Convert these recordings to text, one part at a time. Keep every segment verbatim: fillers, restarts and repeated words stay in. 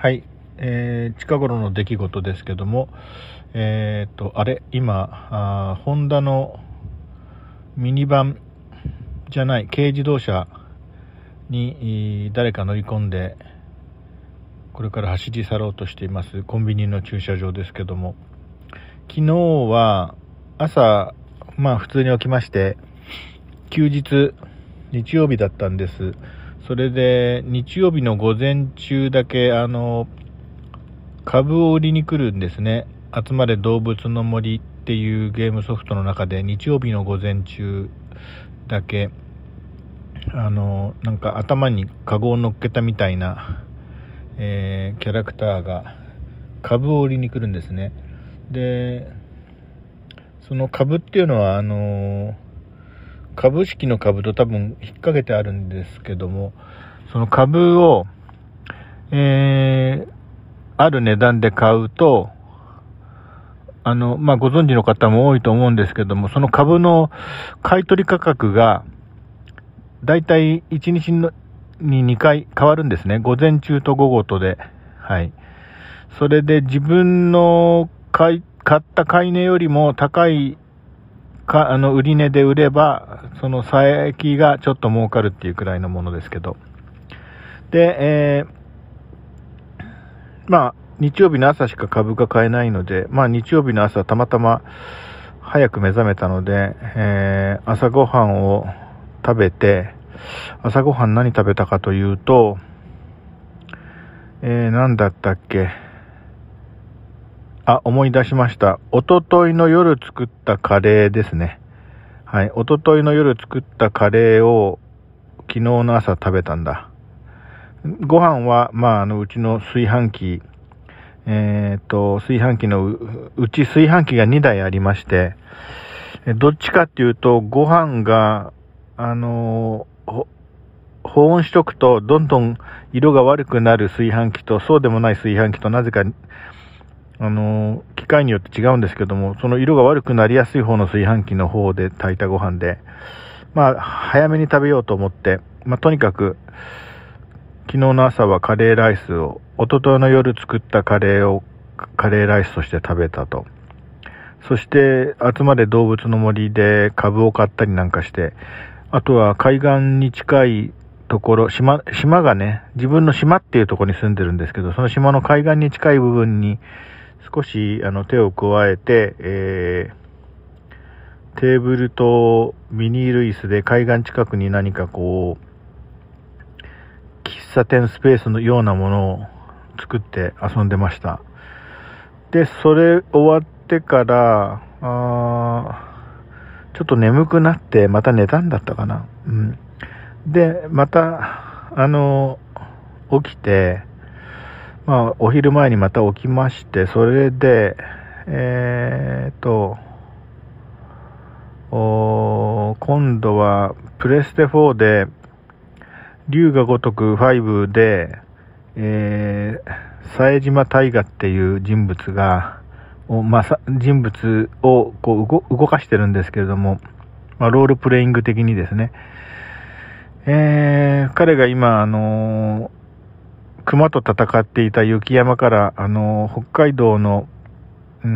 はい、えー、近頃の出来事ですけども、えーと、あれ、今、あホンダのミニバンじゃない軽自動車に誰か乗り込んで、これから走り去ろうとしていますコンビニの駐車場ですけども、昨日は朝、まあ普通に起きまして、休日、日曜日だったんです。それで日曜日の午前中だけあの株を売りに来るんですね。集まれ動物の森っていうゲームソフトの中で日曜日の午前中だけあのなんか頭にカゴを乗っけたみたいな、えー、キャラクターが株を売りに来るんですね。でその株っていうのはあの株式の株と多分引っ掛けてあるんですけども、その株を、えー、ある値段で買うと、あの、まあ、ご存知の方も多いと思うんですけども、その株の買取価格がだいたいいちにちににかい変わるんですね。午前中と午後とで。はい。それで自分の買い、買った買い値よりも高いか、あの、売り値で売れば、その差益がちょっと儲かるっていうくらいのものですけど。で、えー、まあ、日曜日の朝しか株が買えないので、まあ日曜日の朝たまたま早く目覚めたので、えー、朝ごはんを食べて、朝ごはん何食べたかというと、えー、何だったっけ、あ、思い出しました。おとといの夜作ったカレーですね。はい。おとといの夜作ったカレーを昨日の朝食べたんだ。ご飯は、まあ、あの、うちの炊飯器、えっと、炊飯器のう、うち炊飯器がにだいありまして、どっちかっていうと、ご飯が、あの、保温しとくと、どんどん色が悪くなる炊飯器と、そうでもない炊飯器と、なぜか、あのー、機械によって違うんですけども、その色が悪くなりやすい方の炊飯器の方で炊いたご飯で、まあ、早めに食べようと思って、まあ、とにかく、昨日の朝はカレーライスを、一昨日の夜作ったカレーをカレーライスとして食べたと。そして、集まれ動物の森で株を買ったりなんかして、あとは海岸に近いところ、島、島がね、自分の島っていうところに住んでるんですけど、その島の海岸に近い部分に少しあの手を加えて、えー、テーブルとビニール椅子で海岸近くに何かこう、喫茶店スペースのようなものを作って遊んでました。で、それ終わってから、あちょっと眠くなってまた寝たんだったかな。うん。で、また、あの、起きて、まあ、お昼前にまた起きまして、それで、えーと、お今度はプレステフォーで、龍が如くごで、えー、冴島大河っていう人物が、まあ、人物をこう 動, 動かしてるんですけれども、まあ、ロールプレイング的にですね、えー、彼が今、あのー、熊と戦っていた雪山から、あのー、北海道の、うん、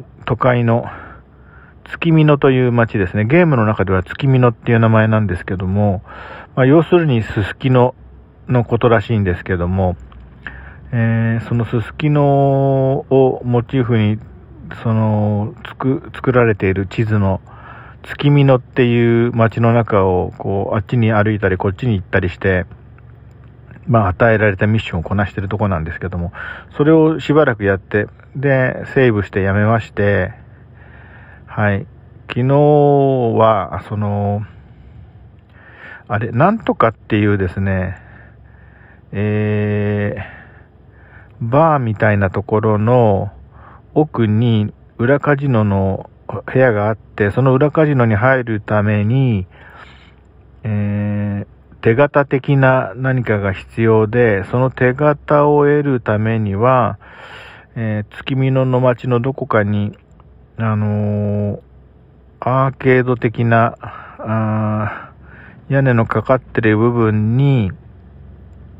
都会の月見野という町ですね。ゲームの中では月見野っていう名前なんですけども、まあ、要するにすすきののことらしいんですけども、えー、そのすすきのをモチーフにそのつく作られている地図の月見野っていう街の中をこうあっちに歩いたりこっちに行ったりして、まあ与えられたミッションをこなしているところなんですけども、それをしばらくやって、でセーブしてやめまして、はい、昨日はそのあれなんとかっていうですね、えー、バーみたいなところの奥に裏カジノの部屋があって、その裏カジノに入るために、えー、手形的な何かが必要で、その手形を得るためには、えー、月見野の町のどこかに、あのー、アーケード的なあ屋根のかかってる部分に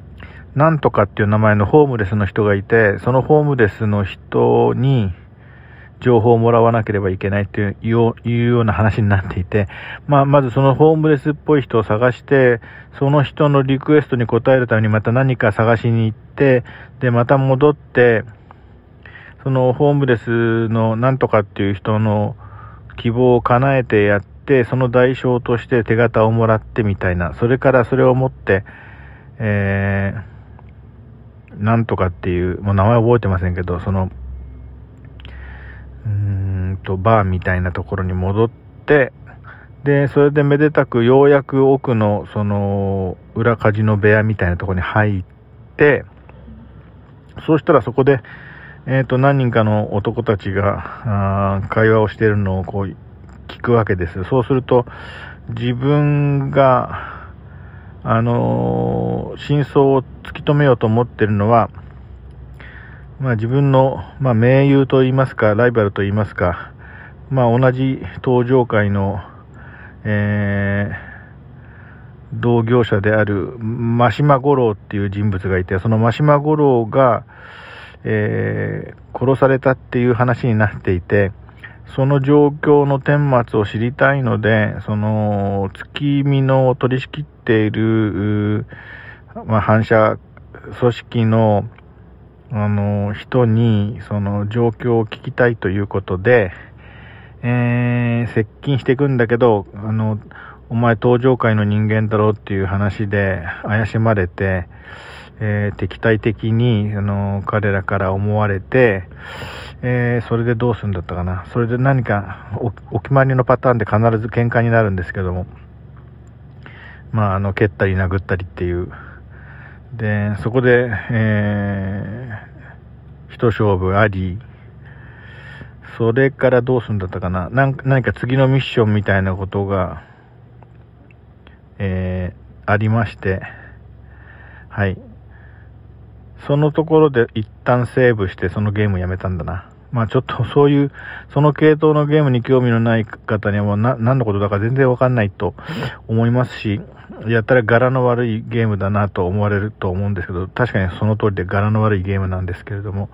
なんとかっていう名前のホームレスの人がいて、そのホームレスの人に情報をもらわなければいけないというような話になっていて、まあ、まずそのホームレスっぽい人を探して、その人のリクエストに応えるためにまた何か探しに行って、で、また戻って、そのホームレスのなんとかっていう人の希望を叶えてやって、その代償として手形をもらってみたいな、それからそれを持って、えー、なんとかっていう、もう名前覚えてませんけど、その、うーんと、バーみたいなところに戻って、で、それでめでたくようやく奥の、その、裏カジノ部屋みたいなところに入って、そうしたらそこで、えっと、何人かの男たちが、あ会話をしているのをこう、聞くわけです。そうすると、自分が、あのー、真相を突き止めようと思っているのは、まあ自分の、まあ盟友と言いますか、ライバルと言いますか、まあ同じ登場界の、えー、同業者である真島五郎っていう人物がいて、その真島五郎が、えー、殺されたっていう話になっていて、その状況の顛末を知りたいので、その月見のを取り仕切っている、まあ、反社組織のあの人にその状況を聞きたいということで、えー、接近していくんだけど、あのお前登場界の人間だろうっていう話で怪しまれて、えー、敵対的にあの彼らから思われて、えー、それでどうするんだったかな。それで何か お, お決まりのパターンで必ず喧嘩になるんですけども、まああの蹴ったり殴ったりっていう。でそこで、えー、一勝負あり、それからどうするんだったかな。なん何か次のミッションみたいなことが、えー、ありまして、はい。そのところで一旦セーブしてそのゲームやめたんだな。まあちょっとそういう、その系統のゲームに興味のない方にはもうな何のことだか全然わかんないと思いますし、やったら柄の悪いゲームだなと思われると思うんですけど、確かにその通りで柄の悪いゲームなんですけれども、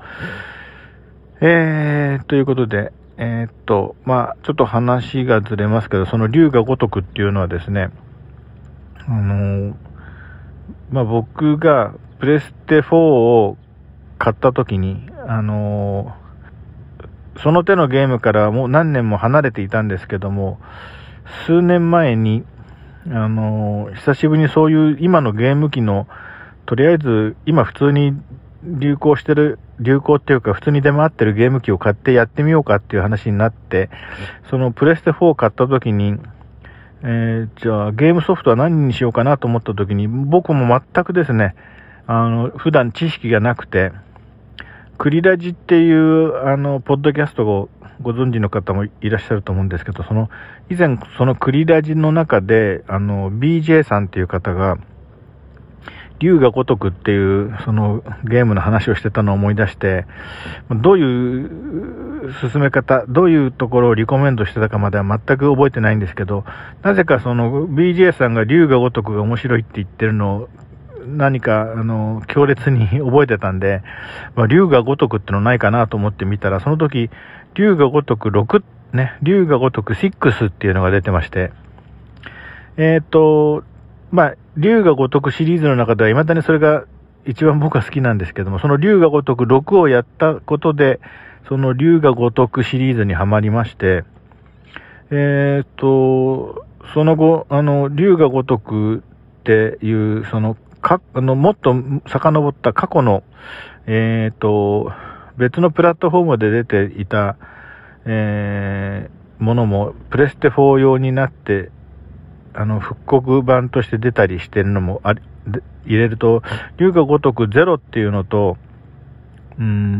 えー、ということで、えー、っと、まあちょっと話がずれますけど、その龍が如くっていうのはですね、あのー、まあ僕がプレステフォーを買った時に、あのー、その手のゲームからもう何年も離れていたんですけども、数年前に、あのー、久しぶりにそういう今のゲーム機の、とりあえず今普通に流行してる、流行っていうか普通に出回ってるゲーム機を買ってやってみようかっていう話になって、そのプレステフォーを買った時に、えー、じゃあゲームソフトは何にしようかなと思った時に、僕も全くですね、あの、普段知識がなくて、クリラジっていう、あの、ポッドキャストをご存知の方もいらっしゃると思うんですけど、その、以前、そのクリラジの中で、あの、ビージェー さんっていう方が、龍が如くっていう、その、ゲームの話をしてたのを思い出して、どういう進め方、どういうところをリコメンドしてたかまでは全く覚えてないんですけど、なぜかその、ビージェー さんが龍が如くが面白いって言ってるのを、何か、あの、強烈に覚えてたんで、まあ、龍が如くってのないかなと思ってみたら、その時、龍が如くろく、ね、龍が如くろくっていうのが出てまして、えっと、まあ、龍が如くシリーズの中では未だにそれが一番僕は好きなんですけども、その龍が如くろくをやったことで、その龍が如くシリーズにはまりまして、えっと、その後、あの、龍が如くっていう、その、か、あの、もっと遡った過去の、えっと、別のプラットフォームで出ていた、えー、ものも、プレステフォー用になって、あの、復刻版として出たりしてるのもあり、入れると、龍が如くゼロっていうのと、うん、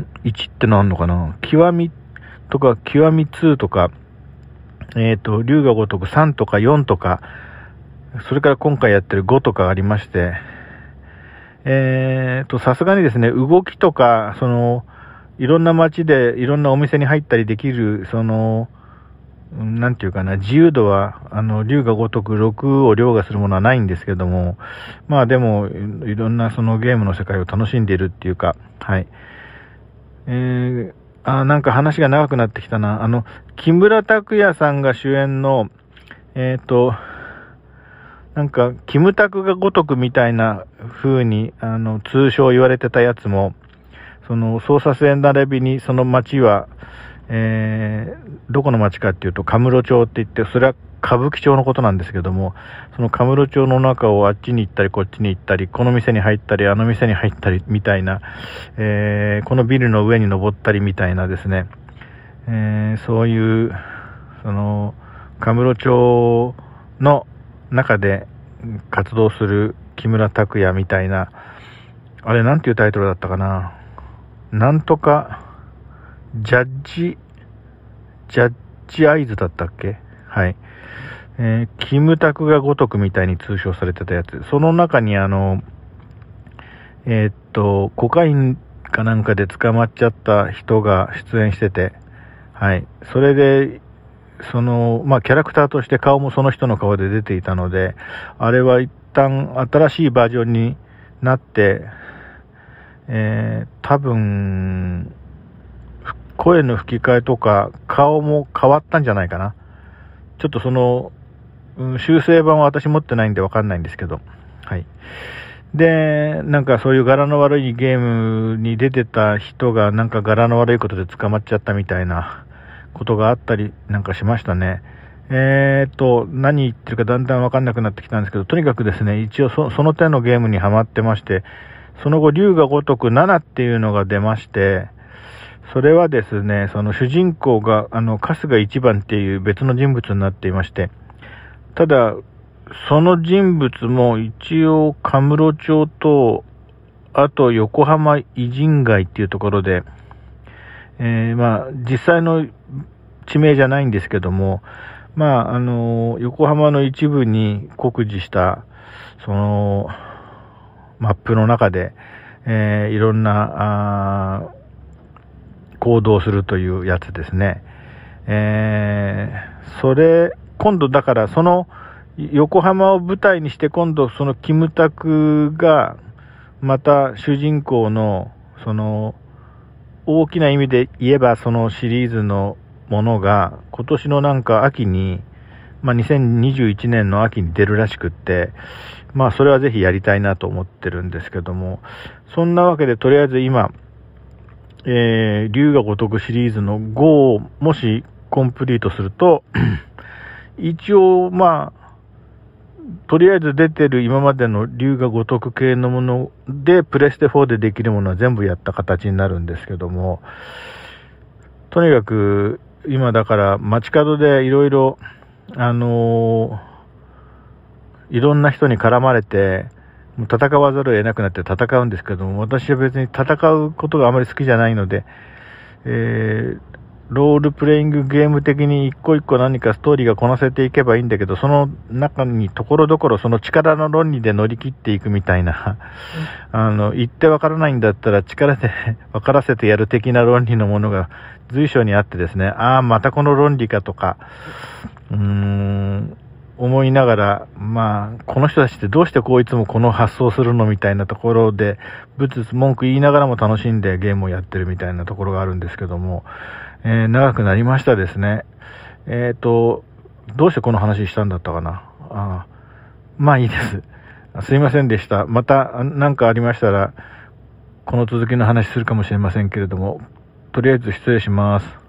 いちってのあんのかな、極みとか、極みにとか、えっと、龍が如くさんとかよんとか、それから今回やってるごとかありまして、えーと、さすがにですね、動きとか、その、いろんな街でいろんなお店に入ったりできる、その、 なんていうかな、自由度は、あの、龍が如くろくを凌駕するものはないんですけども、まあでも、いろんなそのゲームの世界を楽しんでいるっていうか、はい。えー、あ、なんか話が長くなってきたな。あの、木村拓哉さんが主演の、えっと、なんか、キムタクが如くみたいな風に、あの、通称言われてたやつも、その、捜査線並びにその町は、えー、どこの町かっていうと、カムロ町って言って、それは歌舞伎町のことなんですけども、そのカムロ町の中をあっちに行ったり、こっちに行ったり、この店に入ったり、あの店に入ったり、みたいな、えー、このビルの上に登ったりみたいなですね、えー、そういう、その、カムロ町の中で活動する木村拓哉みたいな、あれなんていうタイトルだったかな、なんとかジャッジジャッジアイズだったっけ、はい、えー、キムタクが如くみたいに通称されてたやつ、その中にあのえー、っとコカインかなんかで捕まっちゃった人が出演してて、はい、それでその、まあ、キャラクターとして顔もその人の顔で出ていたので、あれは一旦新しいバージョンになって、えー、多分、声の吹き替えとか顔も変わったんじゃないかな。ちょっとその、うん、修正版は私持ってないんでわかんないんですけど、はい。で、なんかそういう柄の悪いゲームに出てた人がなんか柄の悪いことで捕まっちゃったみたいなことがあったりなんかしましたね。えーと、何言ってるかだんだんわかんなくなってきたんですけど、とにかくですね、一応 そ, その手のゲームにハマってまして、その後、龍が如くななっていうのが出まして、それはですね、その主人公が、あの、春日一番っていう別の人物になっていまして、ただ、その人物も一応、カムロ町と、あと横浜異人街っていうところで、えー、まあ、実際の地名じゃないんですけども、まあ、あの、横浜の一部に酷似した、その、マップの中で、えー、いろんな行動するというやつですね。えー、それ、今度だからその横浜を舞台にして今度そのキムタクがまた主人公のその大きな意味で言えばそのシリーズのものが今年のなんか秋に、まあ、にせんにじゅういちねんの秋に出るらしくって、まあそれはぜひやりたいなと思ってるんですけども、そんなわけでとりあえず今、えー、龍が如くシリーズのごをもしコンプリートすると一応まあとりあえず出てる今までの龍が如く系のものでプレステフォーでできるものは全部やった形になるんですけども、とにかく今だから街角でいろいろあのー、いろんな人に絡まれて戦わざるを得なくなって戦うんですけども、私は別に戦うことがあまり好きじゃないので、えー、ロールプレイングゲーム的に一個一個何かストーリーがこなせていけばいいんだけど、その中にところどころその力の論理で乗り切っていくみたいな、うん、あの言ってわからないんだったら力で分からせてやる的な論理のものが随所にあってですね、ああまたこの論理かとかうーん思いながら、まあこの人たちってどうしてこういつもこの発想するのみたいなところでぶつぶつ文句言いながらも楽しんでゲームをやってるみたいなところがあるんですけども、えー、長くなりましたですね。えっとどうしてこの話したんだったかなあ。まあいいです。すいませんでした。また何かありましたらこの続きの話するかもしれませんけれども、とりあえず失礼します。